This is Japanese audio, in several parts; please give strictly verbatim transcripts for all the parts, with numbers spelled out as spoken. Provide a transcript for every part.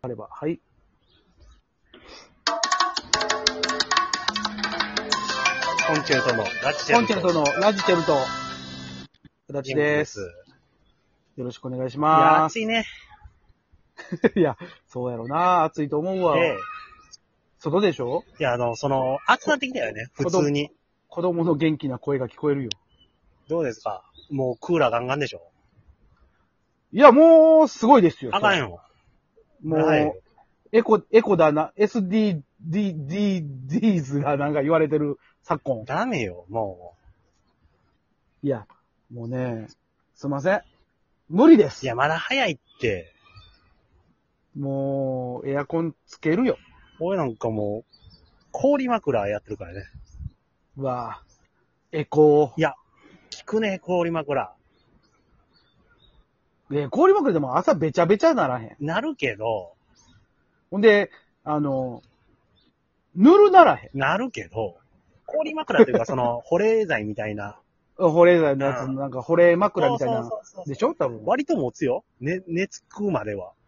あれば、はい。 コンチェルトのラジチェルト。 コンチェルトのラジチェルト。形です。 よろしくお願いします。 いや、暑いね。 いや、そうやろな。暑いと思うわ。ええ、外でしょ？ いや、あの、その、暑なってきたよね、普通に。 子供の元気な声が聞こえるよ。 どうですか？もうクーラーガンガンでしょ？ いや、もう、すごいですよ。 あかんよ。 もう、はい、エコ、エコだな、エスディーディー、ディー、ディーズがなんか言われてる昨今。 ダメよ、もう。いや、もうね、すいません。無理です。 いや、まだ早いって。 もう、エアコンつけるよ。 俺なんかもう、氷枕やってるからね。 うわぁ、エコー。 いや、効くね、氷枕。 え、氷枕でも朝べちゃべちゃならへん。 なるけど。 ほんで、あの、塗るならへん。 なるけど、氷枕っていうかその、保冷剤みたいな。 保冷剤のやつ、うん、なんか保冷枕みたいな。でしょ多分。 割と持つよ。ね、寝つくまでは。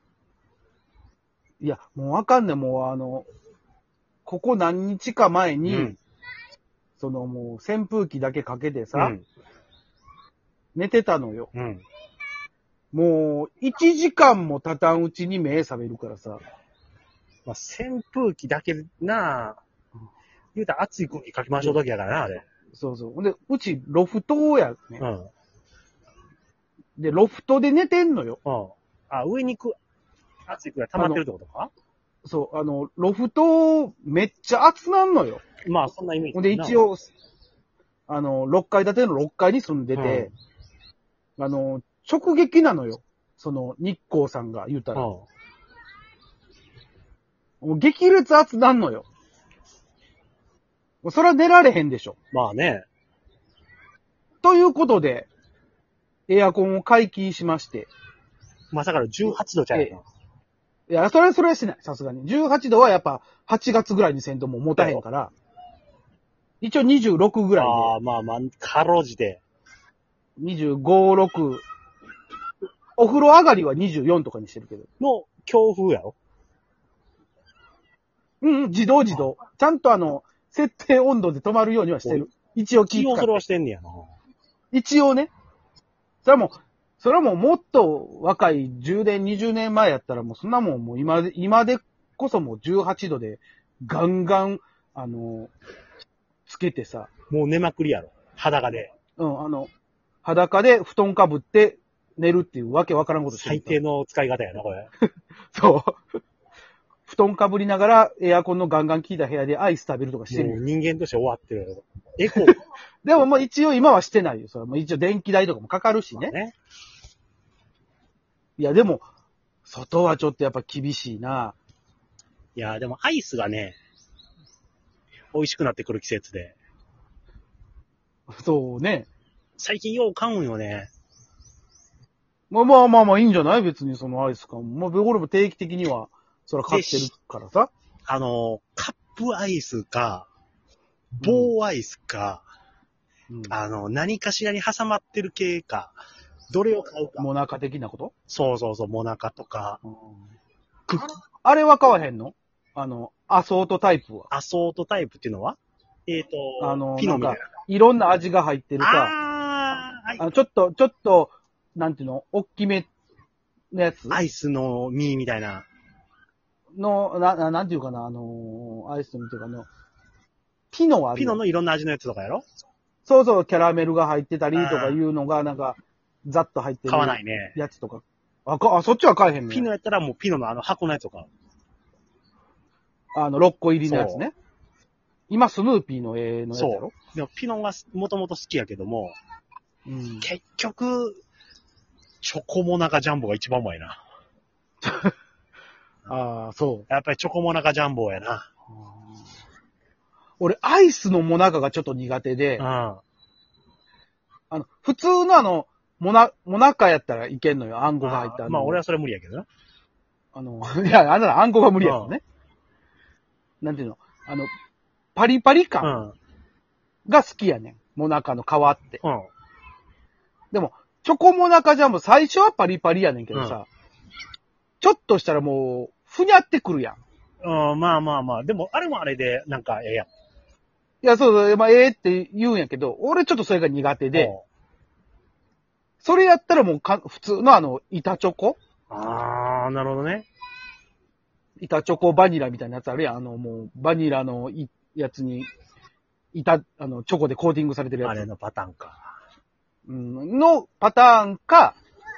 いや、もうわかんねん、もうあの、ここ何日か前に、うん、そのもう扇風機だけかけてさ、うん、寝てたのよ。うん、もう、いちじかんも経たんうちに目覚めるからさ。 まあ、扇風機だけなぁ、言うたら暑い空気かきましょうときやからな、あれ。 そうそう。ほんで、うちロフトやね。うん。で、ロフトで寝てんのよ。 うん。あ、上にく、暑いくらい溜まってるってことか？ そう、あの、ロフト、めっちゃ暑なんのよ。 まあ、そんなイメージ。 ほんで、一応、あの、ろっかい建てのろっかいに住んでて、うん、あの、直撃なのよ。その、日光さんが言うたら。うん、もう激烈暑なんのよ。もうそれは寝られへんでしょ。 まあね。 ということで、エアコンを解禁しまして。 まさかのじゅうはちどちゃうやな。 いや、それはそれはしない。さすがに。じゅうはちどはやっぱはちがつぐらいにせんとも持たへんから。一応にじゅうろくぐらいで。 ああ、まあまあ、かろうじて。 にじゅうご、ろく。お風呂上がりはにじゅうよんとかにしてるけど。 の、強風やろ？ うん、自動自動。ちゃんとあの、設定温度で止まるようにはしてる。一応聞いて。 一応それはしてんねやな。 一応ね。それはもう、それはもうもっと若いじゅうねん、にじゅうねんまえやったらもうそんなもんもう今で、今でこそもうじゅうはちどでガンガン、あの、つけてさ。 もう寝まくりやろ。裸で。 うん、あの、裸で布団かぶって寝るっていうわけわからんことしてる。 最低の使い方やな、これ。 そう。布団かぶりながらエアコンのガンガン効いた部屋でアイス食べるとかしてる。 もう人間として終わってるよ。エコ。 でももう一応今はしてないよ。それも一応電気代とかもかかるしね。ね、いやでも、外はちょっとやっぱ厳しいな。 いやでもアイスがね、美味しくなってくる季節で。 そうね。 最近よう買うんよね。 まあまあまあまあいいんじゃない別にそのアイスかも。まあ俺も定期的には、それ買ってるからさ。 あの、カップアイスか、棒アイスか、うん、あの、何かしらに挟まってる系か、どれを買うか。 モナカ的なこと？ そうそうそう、モナカとか。うん、 あれは買わへんの？あの、アソートタイプは。 アソートタイプっていうのはえっ、ー、と、 あの、 ピノみたいな。 なんか、いろんな味が入ってるさ。 あー、はい、 あのちょっと、ちょっと、なんていうの、大きめのやつ？ アイスの実みたいな。 の、な、ななんていうかな、あのー、アイスの実っていうかあの、ピノある。 ピノのいろんな味のやつとかやろ？ そうそう、キャラメルが入ってたりとかいうのが、なんか、ざっと入ってる。 買わないね。 やつとか。あ、か、あ、そっちは買えへんね。 ピノやったらもうピノのあの箱のやつとか。 あの、ろっこ入りのやつね。今、スヌーピーの絵のやつやろ？ でも、ピノがもともと好きやけども、うん、結局、チョコモナカジャンボが一番うまいな。 ああ、そう。 やっぱりチョコモナカジャンボやな。 俺、アイスのモナカがちょっと苦手で、うん、あの、普通のあの、モナ、モナカやったらいけんのよ、あんこが入った。 まあ、俺はそれ無理やけどな。 あの、いや、あんならあんこが無理やからね。なんていうの、あの、パリパリ感が好きやねん。モナカの皮って。うん、でも、チョコモナカジャンボ最初はパリパリやねんけどさ、 ちょっとしたらもう、ふにゃってくるやん。 うん、まあまあまあ。でも、あれもあれで、なんか、ええやん。 いや、そうそう、まあ、ええって言うんやけど、俺ちょっとそれが苦手で、それやったらもうか、普通のあの、板チョコああ、なるほどね。 板チョコバニラみたいなやつあるやん。あの、もう、バニラのいやつに、板、あの、チョコでコーティングされてるやつ。 あれのパターンか。 うん、のパターンか、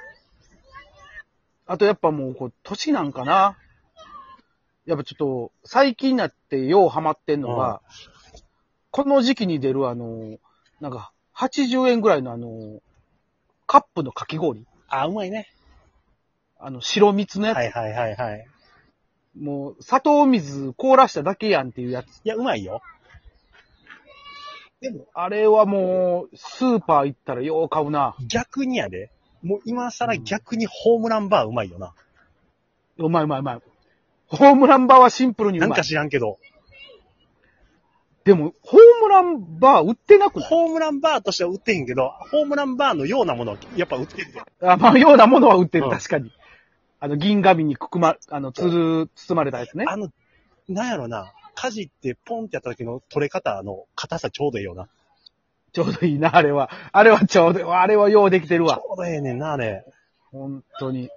あとやっぱもう、こう、年なんかな。やっぱちょっと、最近になってようハマってんのが、この時期に出るあの、なんか、はちじゅうえんぐらいのあの、カップのかき氷。 あ、うまいね。 あの、白蜜のやつ。 はいはいはいはい。 もう、砂糖水凍らしただけやんっていうやつ。 いや、うまいよ。でも、 あれはもう、スーパー行ったらよう買うな。 逆にやで。もう今更逆にホームランバーうまいよな。 うまいうまいうまい。ホームランバーはシンプルにうまい。 なんか知らんけど。 でも、ホームランバー売ってなくない？ ホームランバーとしては売ってへんけど、ホームランバーのようなものをやっぱ売ってるで。 あ、まあ、ようなものは売ってる、 うん確かに。あの、銀紙にくくま、あの、つる、包まれたやつね。 あの、なんやろな、かじってポンってやった時の取れ方の硬さちょうどいいよな。 ちょうどいいな、あれは。あれはちょうどいい。あれはようできてるわ。 ちょうどええねんな、あれ。 本当に。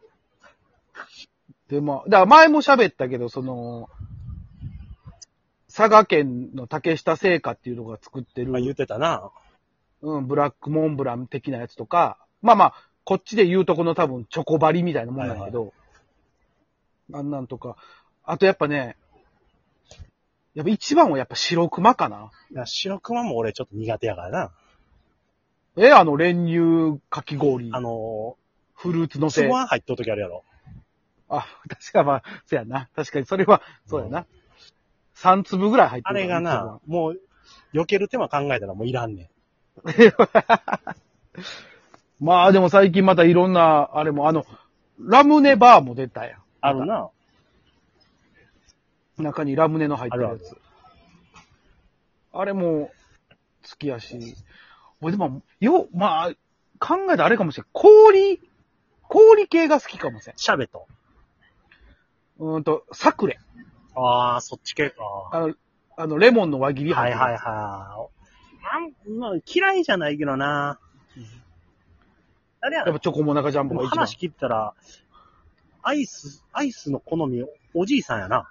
でも、だから前も喋ったけど、その、佐賀県の竹下製菓っていうのが作ってる、 あ、言ってたな。 うん、ブラックモンブラン的なやつとか、まあまあ、こっちで言うとこの多分チョコバリみたいなもんなんだけど、あんなんとか。あとやっぱね、やっぱ一番はやっぱ白熊かな。 いや、白熊も俺ちょっと苦手やからな。 え、あの練乳かき氷。 あのフルーツー、 のせ。 つぶあん入っとる時あるやろ。 あ、確かまあ、そうやな。確かにそれは、そうやな。さん粒ぐらい入ってある。 れがな、もう、避ける手間考えたらもういらんねん。 まあでも最近またいろんな、あれも、あの、ラムネバーも出たやん。 あるな。 中にラムネの入ってるやあるつ。あれも好きやし。俺でも、よ、まあ、考えたらあれかもしれん。氷、氷系が好きかもしれん。 シャベト。 うーんと、サクレ。 ああ、そっち系か。 あの、あの、レモンの輪切り入ってる。 はいはいはい。あんまあ、嫌いじゃないけどな。あれややっぱチョコモナカジャンボが一番。 話聞いたら、アイス、アイスの好み、おじいさんやな。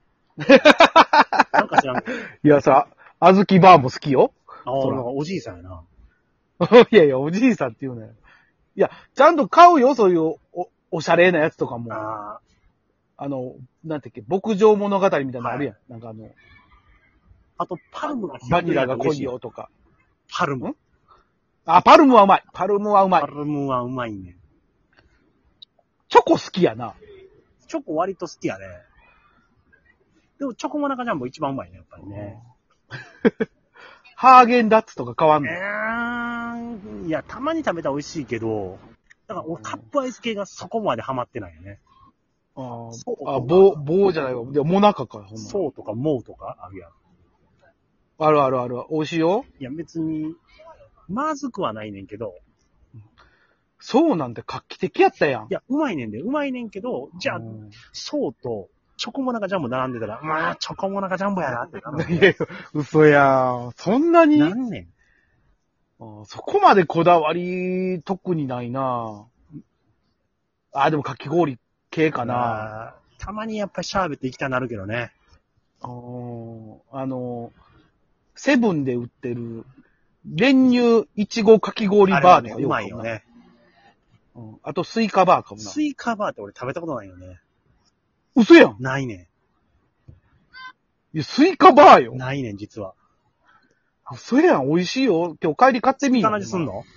なんか知らんけど。 いやさ、あずきバーも好きよ。 ああ、 そらなんかおじいさんやな。 いやいや、おじいさんって言うなよ。いや、ちゃんと買うよ、そういうお、おしゃれなやつとかも。ああの、なんていうっけ、牧場物語みたいなのあるやん。なんかあの、 あと、パルムがバニラが濃いよとか。 パルム。 あ、パルムはうまい。パルムはうまいパ。ルムはうまいね。 チョコ好きやな。 チョコ割と好きやね。でも、チョコモナカジャンボ一番うまいね、やっぱりね。 ハーゲンダッツとか変わんの。 えー、いや、たまに食べたら美味しいけど、だから俺カップアイス系がそこまでハマってないよね。 あそうあ、棒、棒じゃないわ。でも、モナカか、ほんま。 そうとかモウとかあるやん。 あるあるある。美味しいよ。 いや、別に、まずくはないねんけど、 そうなんて画期的やったやん。 いや、うまいねんで、うまいねんけど、じゃあ、 うんそうと、チョコモナカジャンボ並んでたら、まあ、チョコモナカジャンボやなってなる。 いやいや、嘘やん。そんなになんねん。 あそこまでこだわり、特にないなあ、でもかき氷系かな。 あーたまにやっぱりシャーベット行きたくなるけどね。 あーあの、セブンで売ってる、練乳いちごかき氷あれはね、 バーとかうまいよね。 うん。あとスイカバーかもな。 スイカバーって俺食べたことないよね。 嘘やん。 ないねいや、スイカバーよん。。ないねん、実は。 嘘やん。美味しいよ。今日帰り買ってみスイカよ。 の味すんの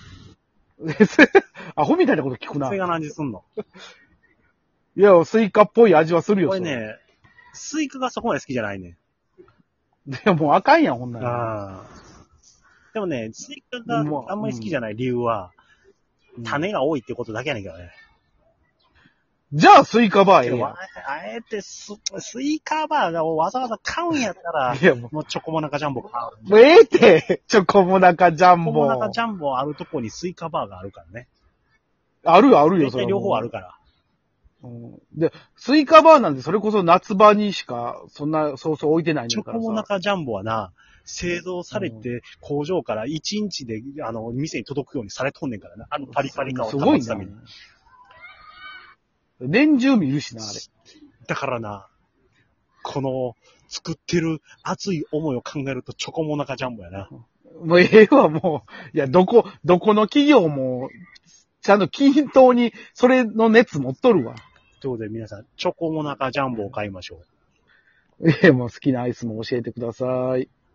アホみたいなこと聞くな。いスイカの味すんのや、スイカっぽい味はするよ。 俺ね、スイカがそこまで好きじゃないねん。 それ。でもうあかんやん、ほんなら。 ああ。でもね、スイカがもうあんまり好きじゃない理由は、 うん種が多いってことだけやねんけどね。 じゃあスイカバーええやん。 でもああえてス、スイカバーがわざわざ買うんやったら、 いや、ももうチョコモナカジャンボ買う。 う、もうええって、チョコモナカジャンチョコモナボ。 カジャンボあるとこにスイカバーがあるからね。 あるよ、あるよ、 絶対両方あるから。 ううん、で、スイカバーなんてそれこそ夏場にしか、そんな、そうそう置いてないんだからさ。 チョコモナカジャンボはな、製造されて工場からいちにちで、あの、店に届くようにされとんねんからな。あのパリパリ感を保つために。 年中見るしな、あれ。 だからな、この、作ってる熱い思いを考えるとチョコモナカジャンボやな。 もうええわ、もう。いや、どこ、どこの企業も、ちゃんと均等に、それの熱持っとるわ。 ということで皆さん、チョコモナカジャンボを買いましょう。 ええ、もう好きなアイスも教えてください。